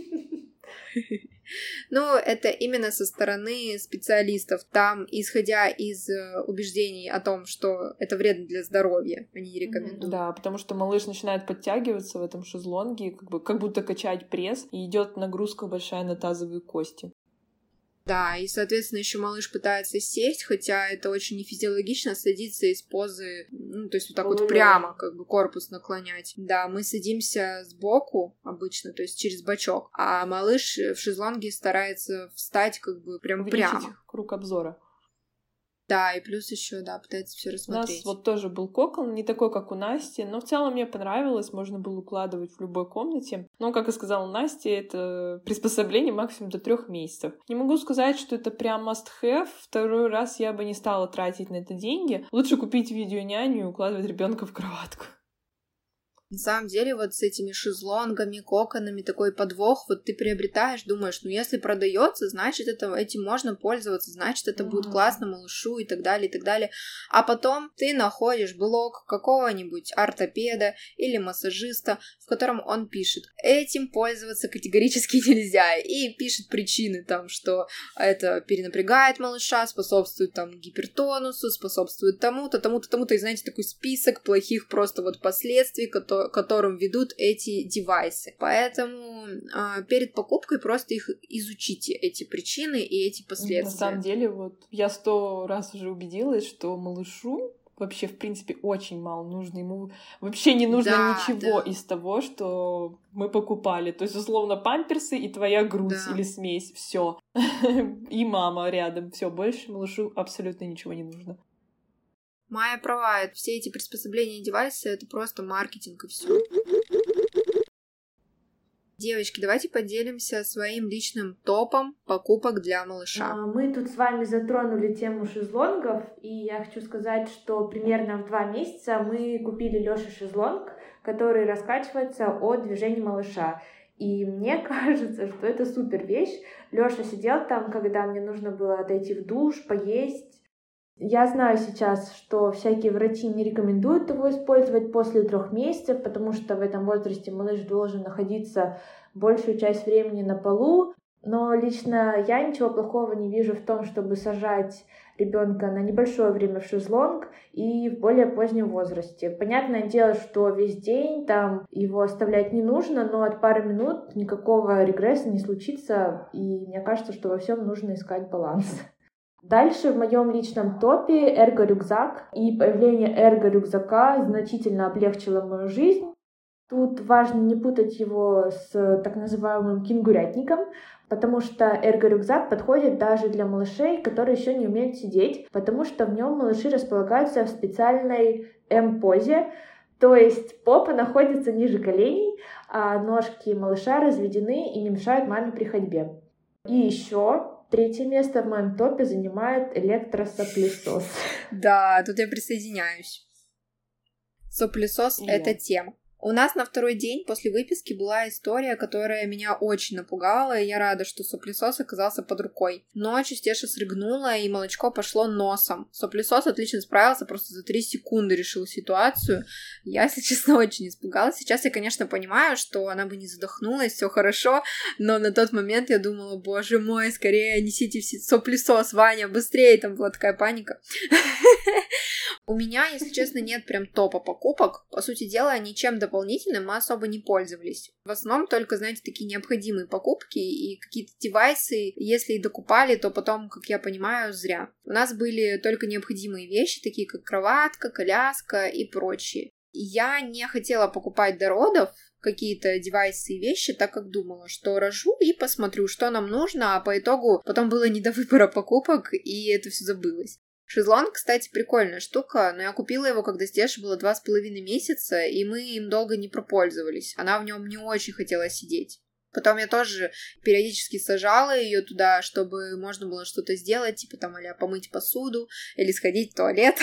Ну, это именно со стороны специалистов. Там, исходя из убеждений о том, что это вредно для здоровья, они не рекомендуют. Да, потому что малыш начинает подтягиваться в этом шезлонге, как будто качать пресс, и идет нагрузка большая на тазовые кости. Да, и, соответственно, еще малыш пытается сесть, хотя это очень нефизиологично садиться из позы, ну, то есть вот так вот прямо, как бы корпус наклонять. Да, мы садимся сбоку обычно, то есть через бочок, а малыш в шезлонге старается встать как бы прям прямо. Круг обзора. Да, и плюс еще, да, пытается все рассмотреть. У нас вот тоже был кокон, не такой, как у Насти, но в целом мне понравилось, можно было укладывать в любой комнате. Но, как и сказала Настя, это приспособление максимум до 3 месяцев. Не могу сказать, что это прям must-have, 2 раз я бы не стала тратить на это деньги. Лучше купить видеоняню и укладывать ребенка в кроватку. На самом деле, вот с этими шезлонгами, коконами, такой подвох, вот ты приобретаешь, думаешь, ну, если продается, значит, этим можно пользоваться, значит, это будет классно малышу и так далее, и так далее. А потом ты находишь блог какого-нибудь ортопеда или массажиста, в котором он пишет, этим пользоваться категорически нельзя, и пишет причины там, что это перенапрягает малыша, способствует там гипертонусу, способствует тому-то, тому-то, тому-то, и знаете, такой список плохих просто вот последствий, которым ведут эти девайсы. Поэтому перед покупкой просто их изучите, эти причины и эти последствия. На самом деле, вот я 100 раз уже убедилась, что малышу вообще, в принципе, очень мало нужно. Ему вообще не нужно ничего из того, что мы покупали. То есть, условно, памперсы и твоя грудь или смесь. Все. И мама рядом. Все, больше малышу абсолютно ничего не нужно. Майя права, все эти приспособления и девайсы — это просто маркетинг и все. Девочки, давайте поделимся своим личным топом покупок для малыша. Мы тут с вами затронули тему шезлонгов, и я хочу сказать, что примерно в 2 месяца мы купили Лёше шезлонг, который раскачивается от движения малыша. И мне кажется, что это супер вещь. Лёша сидел там, когда мне нужно было отойти в душ, поесть. Я знаю сейчас, что всякие врачи не рекомендуют его использовать после 3 месяцев, потому что в этом возрасте малыш должен находиться большую часть времени на полу. Но лично я ничего плохого не вижу в том, чтобы сажать ребенка на небольшое время в шезлонг и в более позднем возрасте. Понятное дело, что весь день там его оставлять не нужно, но от пары минут никакого регресса не случится, и мне кажется, что во всем нужно искать баланс. Дальше в моем личном топе эрго-рюкзак, и появление эрго-рюкзака значительно облегчило мою жизнь. Тут важно не путать его с так называемым кенгурятником, потому что эрго-рюкзак подходит даже для малышей, которые еще не умеют сидеть, потому что в нем малыши располагаются в специальной М-позе, то есть попа находится ниже коленей, а ножки малыша разведены и не мешают маме при ходьбе. И еще 3 место в моем топе занимает электросоплесос. Да, тут я присоединяюсь. Соплесос — это тема. У нас на 2-й день после выписки была история, которая меня очень напугала, и я рада, что соплесос оказался под рукой. Ночью Стеша срыгнула, и молочко пошло носом. Соплесос отлично справился, просто за 3 секунды решил ситуацию. Я, если честно, очень испугалась. Сейчас я, конечно, понимаю, что она бы не задохнулась, все хорошо, но на тот момент я думала, боже мой, скорее несите соплесос, Ваня, быстрее, там была такая паника. У меня, если честно, нет прям топа покупок. По сути дела, ничем дополнительным мы особо не пользовались. В основном только, знаете, такие необходимые покупки и какие-то девайсы, если и докупали, то потом, как я понимаю, зря. У нас были только необходимые вещи, такие как кроватка, коляска и прочие. Я не хотела покупать до родов какие-то девайсы и вещи, так как думала, что рожу и посмотрю, что нам нужно, а по итогу потом было не до выбора покупок, и это все забылось. Шезлонг, кстати, прикольная штука, но я купила его, когда Стеше было 2,5 месяца, и мы им долго не пропользовались. Она в нем не очень хотела сидеть. Потом я тоже периодически сажала ее туда, чтобы можно было что-то сделать, типа там а-ля помыть посуду или сходить в туалет.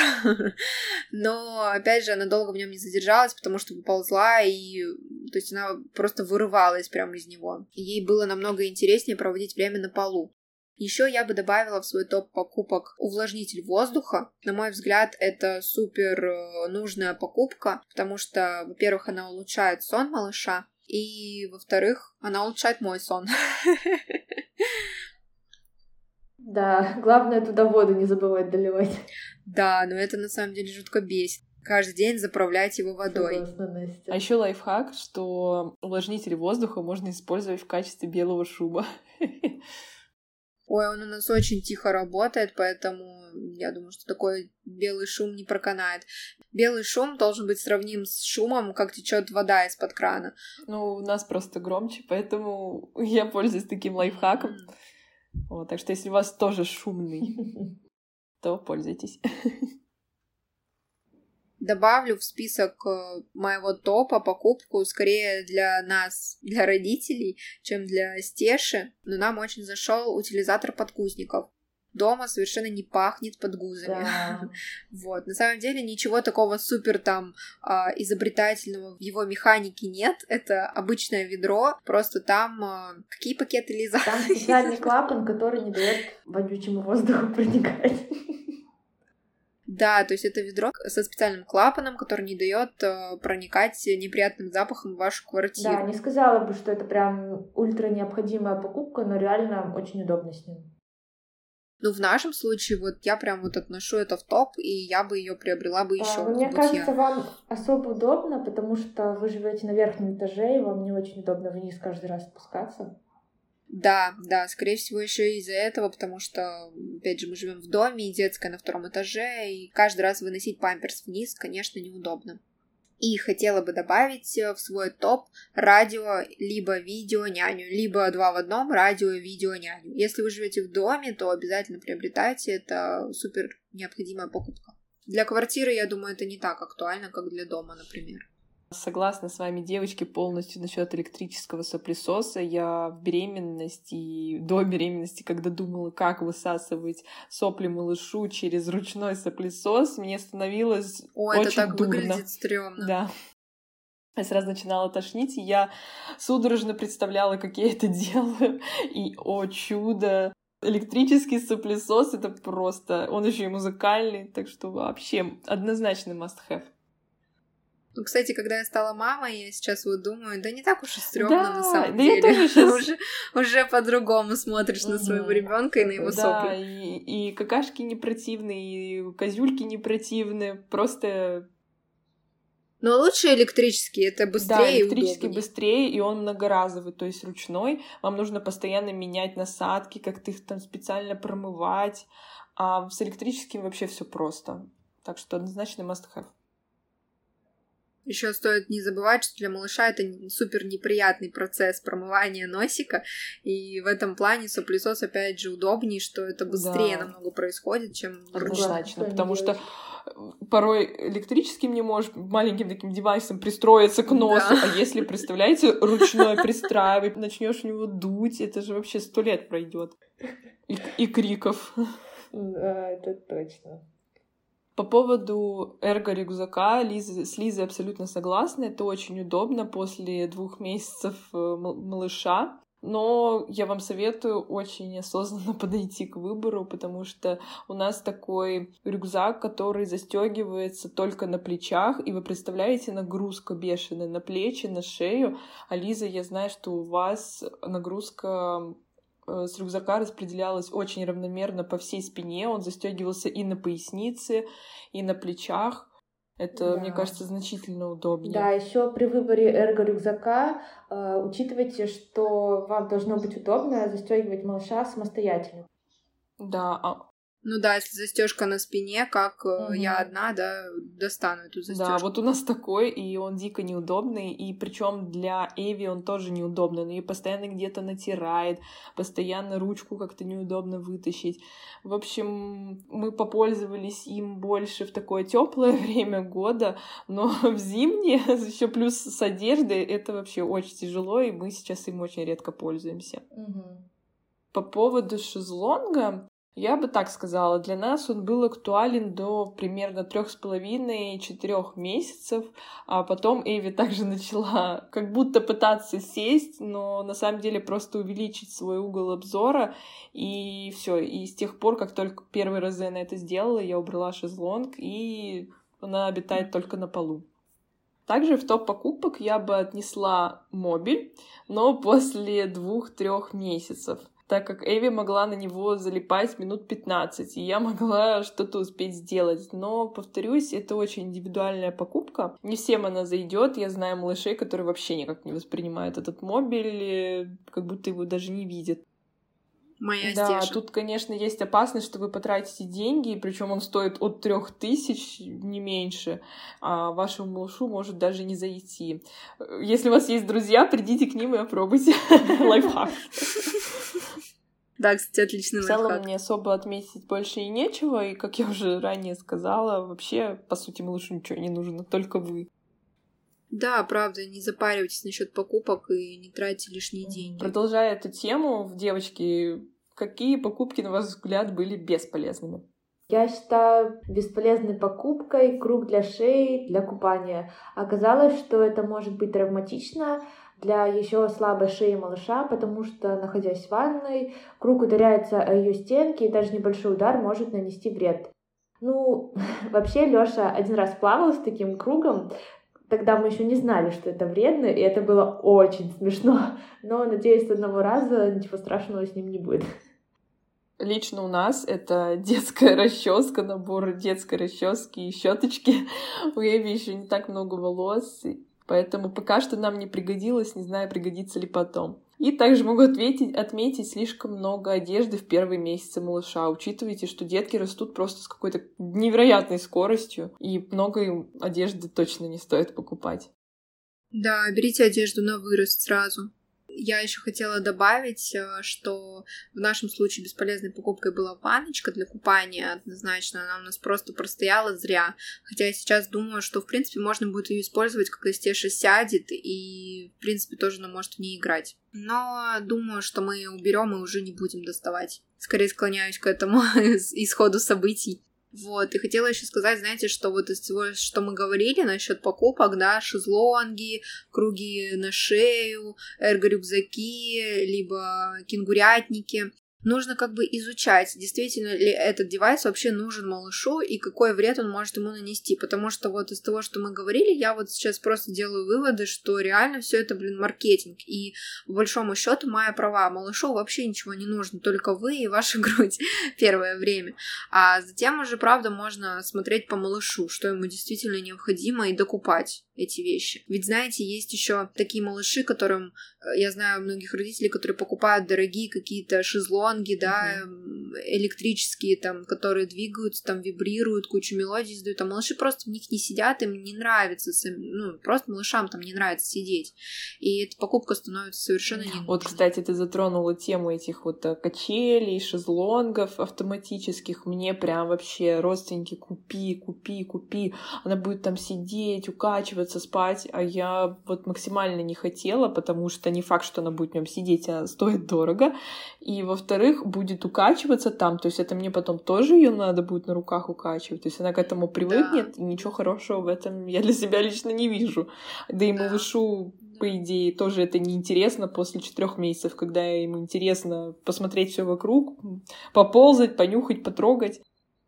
Но, опять же, она долго в нем не задержалась, потому что поползла, и то есть она просто вырывалась прямо из него. И ей было намного интереснее проводить время на полу. Еще я бы добавила в свой топ покупок увлажнитель воздуха. На мой взгляд, это супер нужная покупка, потому что, во-первых, она улучшает сон малыша, и, во-вторых, она улучшает мой сон. Да, главное туда воду не забывать доливать. Да, но это на самом деле жутко бесит. Каждый день заправлять его водой. Согласна, А еще лайфхак, что увлажнитель воздуха можно использовать в качестве белого шума. Ой, он у нас очень тихо работает, поэтому я думаю, что такой белый шум не проканает. Белый шум должен быть сравним с шумом, как течет вода из-под крана. Ну, у нас просто громче, поэтому я пользуюсь таким лайфхаком. Вот, так что если у вас тоже шумный, то пользуйтесь. Добавлю в список моего топа покупку скорее для нас, для родителей, чем для Стеши. Но нам очень зашел утилизатор подгузников. Дома совершенно не пахнет подгузами. Да. Вот. На самом деле ничего такого супер там изобретательного в его механике нет. Это обычное ведро, просто там какие пакеты Лиза? Там специальный клапан, который не дает вонючему воздуху проникать. Да, то есть это ведро со специальным клапаном, который не дает проникать неприятным запахом в вашу квартиру. Да, не сказала бы, что это прям ультра необходимая покупка, но реально очень удобно с ним. Ну, в нашем случае, вот я прям вот отношу это в топ, и я бы ее приобрела бы еще. Мне кажется, вам особо удобно, потому что вы живете на верхнем этаже, и вам не очень удобно вниз каждый раз спускаться. Да, скорее всего, еще и из-за этого, потому что, опять же, мы живем в доме, и детская на 2-м этаже, и каждый раз выносить памперс вниз, конечно, неудобно. И хотела бы добавить в свой топ радио, либо видео-няню, либо 2 в 1 радио и видео-няню. Если вы живете в доме, то обязательно приобретайте, это супер необходимая покупка. Для квартиры, я думаю, это не так актуально, как для дома, например. Согласна с вами, девочки, полностью насчет электрического соплесоса. Я в беременности и до беременности, когда думала, как высасывать сопли малышу через ручной соплесос, мне становилось очень это так дурно. выглядит стрёмно. Да. Я сразу начинала тошнить, и я судорожно представляла, как я это делаю. И, о чудо, электрический соплесос — это просто... Он еще и музыкальный, так что вообще однозначно must-have. Ну, кстати, когда я стала мамой, я сейчас вот думаю, да не так уж и стрёмно на самом деле. Я тоже сейчас... уже по-другому смотришь на своего ребенка и на его сопли. Да, и какашки не противные, и козюльки не противные, просто... Но лучше электрический, это быстрее да, и электрический удобнее. быстрее, и он многоразовый, то есть ручной. Вам нужно постоянно менять насадки, как-то их там специально промывать. А с электрическим вообще все просто. Так что однозначно must-have. Еще стоит не забывать, что для малыша это супер неприятный процесс промывания носика, и в этом плане соплесос опять же удобнее, что это быстрее намного происходит, чем однозначно, потому что порой электрическим не можешь маленьким таким девайсом пристроиться к носу, а если, представляете, ручной пристраивать, начнешь в него дуть, это же вообще 100 лет пройдет. И криков. Да, это точно. По поводу эрго-рюкзака с Лизой абсолютно согласна. Это очень удобно после 2 месяцев малыша. Но я вам советую очень осознанно подойти к выбору, потому что у нас такой рюкзак, который застегивается только на плечах, и вы представляете, нагрузка бешеная на плечи, на шею. А Лиза, я знаю, что у вас нагрузка с рюкзака распределялась очень равномерно по всей спине. Он застегивался и на пояснице, и на плечах. Это, мне кажется, значительно удобнее. Да, еще при выборе эрго-рюкзака учитывайте, что вам должно быть удобно застегивать малыша самостоятельно. Да. Ну да, если застежка на спине, как я одна, да, достану эту застежку. Да, вот у нас такой, и он дико неудобный, и причем для Эви он тоже неудобный, он ее постоянно где-то натирает, постоянно ручку как-то неудобно вытащить. В общем, мы попользовались им больше в такое теплое время года, но в зимнее, еще плюс с одеждой, это вообще очень тяжело, и мы сейчас им очень редко пользуемся. По поводу шезлонга, я бы так сказала, для нас он был актуален до примерно 3,5-4 месяцев, а потом Эви также начала как будто пытаться сесть, но на самом деле просто увеличить свой угол обзора, и все. И с тех пор, как только первый раз она это сделала, я убрала шезлонг, и она обитает только на полу. Также в топ покупок я бы отнесла мобиль, но после 2-3 месяцев, так как Эви могла на него залипать минут 15, и я могла что-то успеть сделать. Но, повторюсь, это очень индивидуальная покупка. Не всем она зайдет. Я знаю малышей, которые вообще никак не воспринимают этот мобиль, как будто его даже не видят. Моя да, Стеша. Тут, конечно, есть опасность, что вы потратите деньги, причем он стоит от 3000, не меньше, а вашему малышу может даже не зайти. Если у вас есть друзья, придите к ним и опробуйте. Лайфхак. Да, кстати, отличный лайфхак. В целом мне особо отметить больше и нечего, и, как я уже ранее сказала, вообще, по сути, малышу ничего не нужно, только вы. Да, правда, не запаривайтесь насчет покупок и не тратьте лишние деньги. Продолжая эту тему, девочки, какие покупки, на ваш взгляд, были бесполезными? Я считаю бесполезной покупкой круг для шеи для купания. Оказалось, что это может быть травматично для еще слабой шеи малыша, потому что, находясь в ванной, круг ударяется о ее стенки, и даже небольшой удар может нанести вред. Вообще, Лёша один раз плавал с таким кругом. Тогда мы еще не знали, что это вредно, и это было очень смешно. Но, надеюсь, с одного раза ничего страшного с ним не будет. Лично у нас это детская расческа, набор детской расчески и щеточки. У Эви еще не так много волос, поэтому пока что нам не пригодилось, не знаю, пригодится ли потом. И также могу отметить слишком много одежды в первые месяцы малыша. Учитывайте, что детки растут просто с какой-то невероятной скоростью, и много им одежды точно не стоит покупать. Да, берите одежду на вырост сразу. Я еще хотела добавить, что в нашем случае бесполезной покупкой была ванночка для купания однозначно. Она у нас просто простояла зря. Хотя я сейчас думаю, что, в принципе, можно будет ее использовать, когда Стеша сядет, и, в принципе, тоже она может в ней играть. Но думаю, что мы ее уберем и уже не будем доставать. Скорее склоняюсь к этому исходу событий. Вот, и хотела еще сказать, знаете, что вот из всего, что мы говорили насчет покупок, да, шезлонги, круги на шею, эрго-рюкзаки, либо кенгурятники, нужно как бы изучать, действительно ли этот девайс вообще нужен малышу и какой вред он может ему нанести, потому что вот из того, что мы говорили, я вот сейчас просто делаю выводы, что реально все это, маркетинг, и по большому счету Майя права, малышу вообще ничего не нужно, только вы и ваша грудь первое время, а затем уже, правда, можно смотреть по малышу, что ему действительно необходимо, и докупать эти вещи. Ведь, знаете, есть еще такие малыши, которым, я знаю многих родителей, которые покупают дорогие какие-то шезлонги, да, электрические, там, которые двигаются, там, вибрируют, кучу мелодий издают, а малыши просто в них не сидят, им не нравится, просто малышам там не нравится сидеть. И эта покупка становится совершенно ненужной. Вот, кстати, ты затронула тему этих вот качелей, шезлонгов автоматических. Мне прям вообще родственники купи. Она будет там сидеть, укачиваться, спать, а я вот максимально не хотела, потому что не факт, что она будет в нем сидеть, а стоит дорого. И, во-вторых, будет укачиваться там, то есть это мне потом тоже ее надо будет на руках укачивать, то есть она к этому привыкнет, и ничего хорошего в этом я для себя лично не вижу. Да и малышу, по идее, тоже это неинтересно после 4 месяцев, когда ему интересно посмотреть все вокруг, поползать, понюхать, потрогать.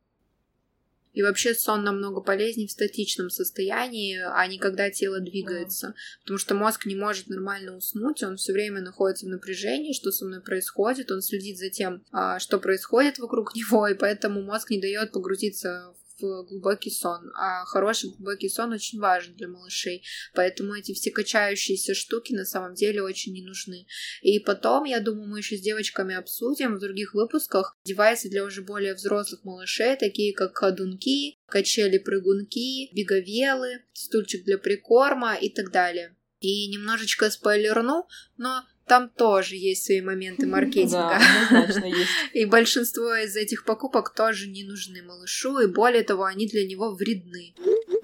И вообще сон намного полезнее в статичном состоянии, а не когда тело двигается. Потому что мозг не может нормально уснуть, он все время находится в напряжении, что со мной происходит, он следит за тем, что происходит вокруг него, и поэтому мозг не дает погрузиться в глубокий сон. А хороший глубокий сон очень важен для малышей. Поэтому эти все качающиеся штуки на самом деле очень не нужны. И потом, я думаю, мы еще с девочками обсудим в других выпусках девайсы для уже более взрослых малышей, такие как ходунки, качели-прыгунки, беговелы, стульчик для прикорма и так далее. И немножечко спойлерну, но там тоже есть свои моменты маркетинга. Да, однозначно есть. И большинство из этих покупок тоже не нужны малышу, и более того, они для него вредны.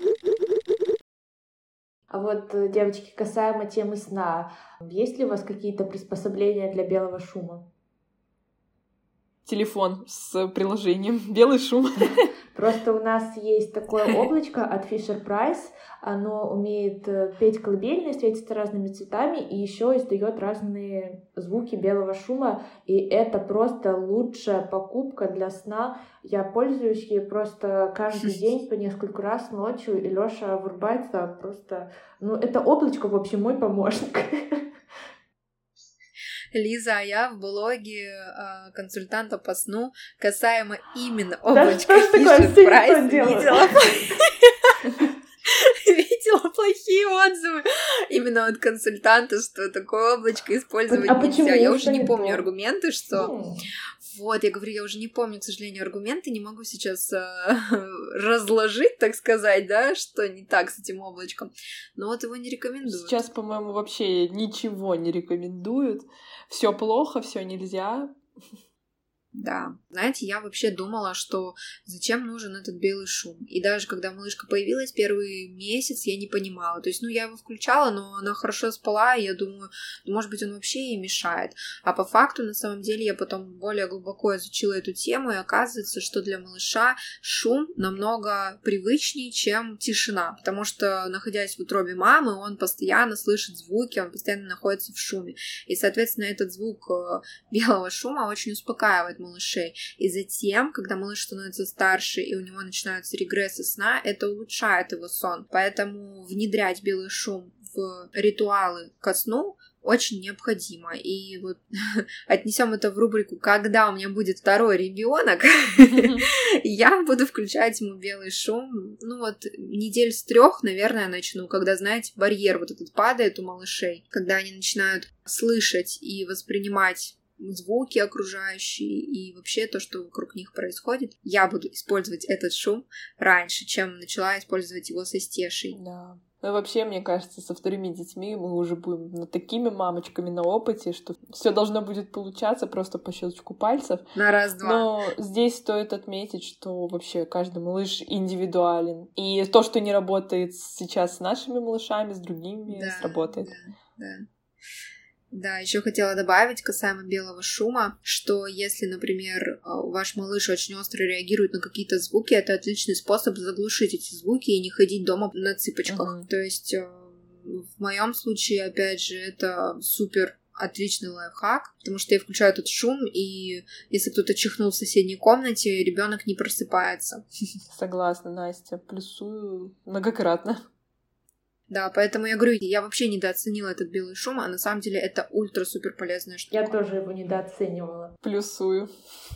А вот, девочки, касаемо темы сна, есть ли у вас какие-то приспособления для белого шума? Телефон с приложением «Белый шум». Просто у нас есть такое облачко от Fisher-Price. Оно умеет петь колыбельные, светится разными цветами и еще издает разные звуки белого шума. И это просто лучшая покупка для сна. Я пользуюсь ей просто каждый день по несколько раз ночью, и Лёша вырубается просто... это облачко, в общем, мой помощник. Лиза, а я в блоге консультанта по сну касаемо именно облачка Fisher-Price видела плохие отзывы именно от консультанта, что такое облачко использовать нельзя. Я уже не помню аргументы, что... Вот, я говорю, я уже не помню, к сожалению, аргументы, не могу сейчас разложить, так сказать, да, что не так с этим облачком, но вот его не рекомендуют. Сейчас, по-моему, вообще ничего не рекомендуют, все плохо, все нельзя. Да, знаете, я вообще думала, что зачем нужен этот белый шум. И даже когда малышка появилась первый месяц, я не понимала. То есть, я его включала, но она хорошо спала, и я думаю, может быть, он вообще ей мешает. А по факту, на самом деле, я потом более глубоко изучила эту тему, и оказывается, что для малыша шум намного привычнее, чем тишина. Потому что, находясь в утробе мамы, он постоянно слышит звуки, он постоянно находится в шуме. И, соответственно, этот звук белого шума очень успокаивает малышей. И затем, когда малыш становится старше и у него начинаются регрессы сна, это улучшает его сон. Поэтому внедрять белый шум в ритуалы ко сну очень необходимо. И вот отнесем это в рубрику «Когда у меня будет второй ребенок», я буду включать ему белый шум. Недель с 3, наверное, начну, когда, знаете, барьер вот этот падает у малышей, когда они начинают слышать и воспринимать звуки окружающие и вообще то, что вокруг них происходит. Я буду использовать этот шум раньше, чем начала использовать его со Стешей. Да. Ну, вообще, мне кажется, со вторыми детьми мы уже будем такими мамочками на опыте, что все должно будет получаться просто по щелчку пальцев. На раз-два. Но здесь стоит отметить, что вообще каждый малыш индивидуален. И то, что не работает сейчас с нашими малышами, с другими сработает. Да, еще хотела добавить касаемо белого шума, что если, например, ваш малыш очень остро реагирует на какие-то звуки, это отличный способ заглушить эти звуки и не ходить дома на цыпочках. То есть в моем случае, опять же, это супер отличный лайфхак, потому что я включаю этот шум, и если кто-то чихнул в соседней комнате, ребенок не просыпается. Согласна, Настя, плюсую многократно. Да, поэтому я говорю, я вообще недооценила этот белый шум, а на самом деле это ультра-супер полезная штука. Я тоже его недооценивала. Плюсую.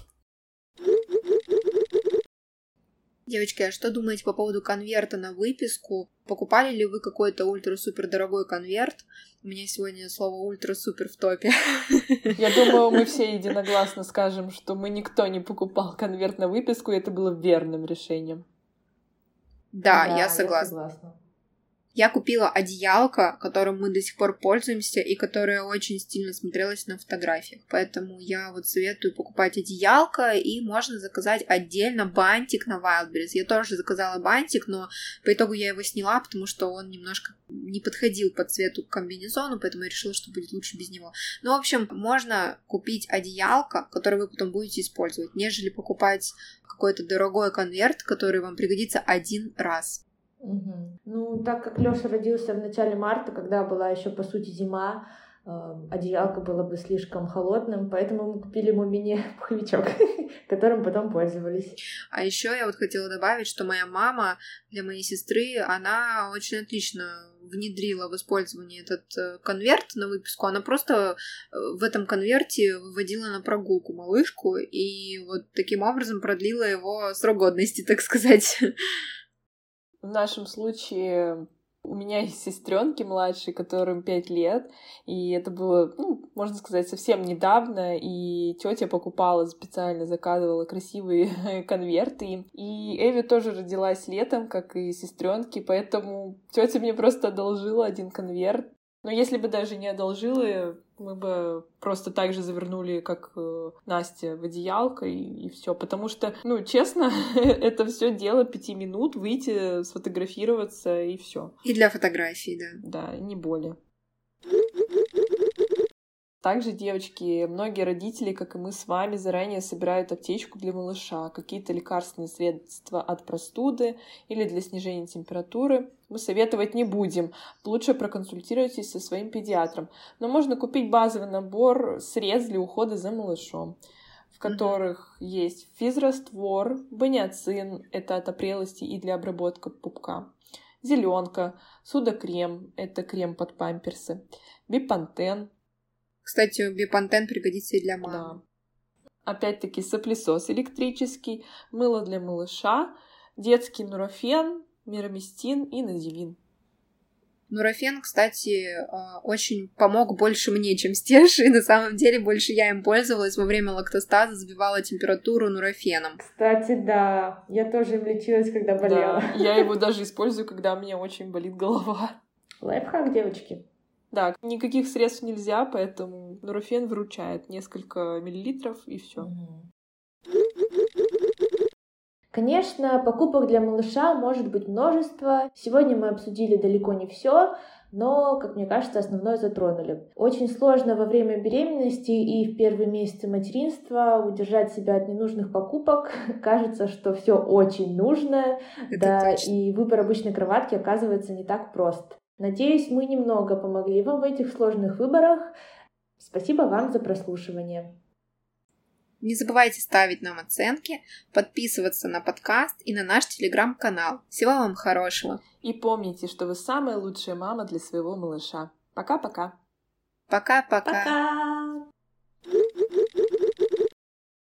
Девочки, а что думаете по поводу конверта на выписку? Покупали ли вы какой-то ультра-супер дорогой конверт? У меня сегодня слово ультра-супер в топе. Я думаю, мы все единогласно скажем, что мы никто не покупал конверт на выписку, и это было верным решением. Да, я согласна. Я купила одеялко, которым мы до сих пор пользуемся и которое очень стильно смотрелось на фотографиях. Поэтому я вот советую покупать одеялко, и можно заказать отдельно бантик на Wildberries. Я тоже заказала бантик, но по итогу я его сняла, потому что он немножко не подходил по цвету к комбинезону, поэтому я решила, что будет лучше без него. Ну, в общем, можно купить одеялко, которое вы потом будете использовать, нежели покупать какой-то дорогой конверт, который вам пригодится один раз. Угу. Ну, так как Лёша родился в начале марта, когда была еще по сути зима, одеялко было бы слишком холодным, поэтому мы купили ему мини-пуховичок, которым потом пользовались. А еще я вот хотела добавить, что моя мама для моей сестры, она очень отлично внедрила в использование этот конверт на выписку. Она просто в этом конверте выводила на прогулку малышку и вот таким образом продлила его срок годности, так сказать. В нашем случае у меня есть сестренки младшие, которым 5 лет, и это было, можно сказать, совсем недавно, и тетя покупала специально, заказывала красивые конверты им. И Эви тоже родилась летом, как и сестренки, поэтому тетя мне просто одолжила один конверт. Но если бы даже не одолжила, мы бы просто так же завернули, как Настя, в одеялко, и все. Потому что, честно, это все дело 5 минут, выйти, сфотографироваться, и все. И для фотографий, да. Да, не более. Также, девочки, многие родители, как и мы с вами, заранее собирают аптечку для малыша, какие-то лекарственные средства от простуды или для снижения температуры. Мы советовать не будем. Лучше проконсультируйтесь со своим педиатром. Но можно купить базовый набор средств для ухода за малышом, в которых есть физраствор, баниацин, это от опрелости и для обработки пупка, зеленка, судокрем, это крем под памперсы, бипантен. Кстати, бипантен пригодится и для мамы. Да. Опять-таки соплесос электрический, мыло для малыша, детский нурофен, мироместин и називин. Нурофен, кстати, очень помог больше мне, чем Стеше, и на самом деле больше я им пользовалась во время лактостаза, сбивала температуру нурофеном. Кстати, да, я тоже им лечилась, когда болела. Да, я его даже использую, когда у меня очень болит голова. Лайфхак, девочки. Да, никаких средств нельзя, поэтому нурофен выручает несколько миллилитров и все. Конечно, покупок для малыша может быть множество. Сегодня мы обсудили далеко не все, но, как мне кажется, основное затронули. Очень сложно во время беременности и в первые месяцы материнства удержать себя от ненужных покупок. Кажется, что все очень нужно, и выбор обычной кроватки оказывается не так прост. Надеюсь, мы немного помогли вам в этих сложных выборах. Спасибо вам за прослушивание. Не забывайте ставить нам оценки, подписываться на подкаст и на наш телеграм-канал. Всего вам хорошего. И помните, что вы самая лучшая мама для своего малыша. Пока-пока. Пока-пока. Пока.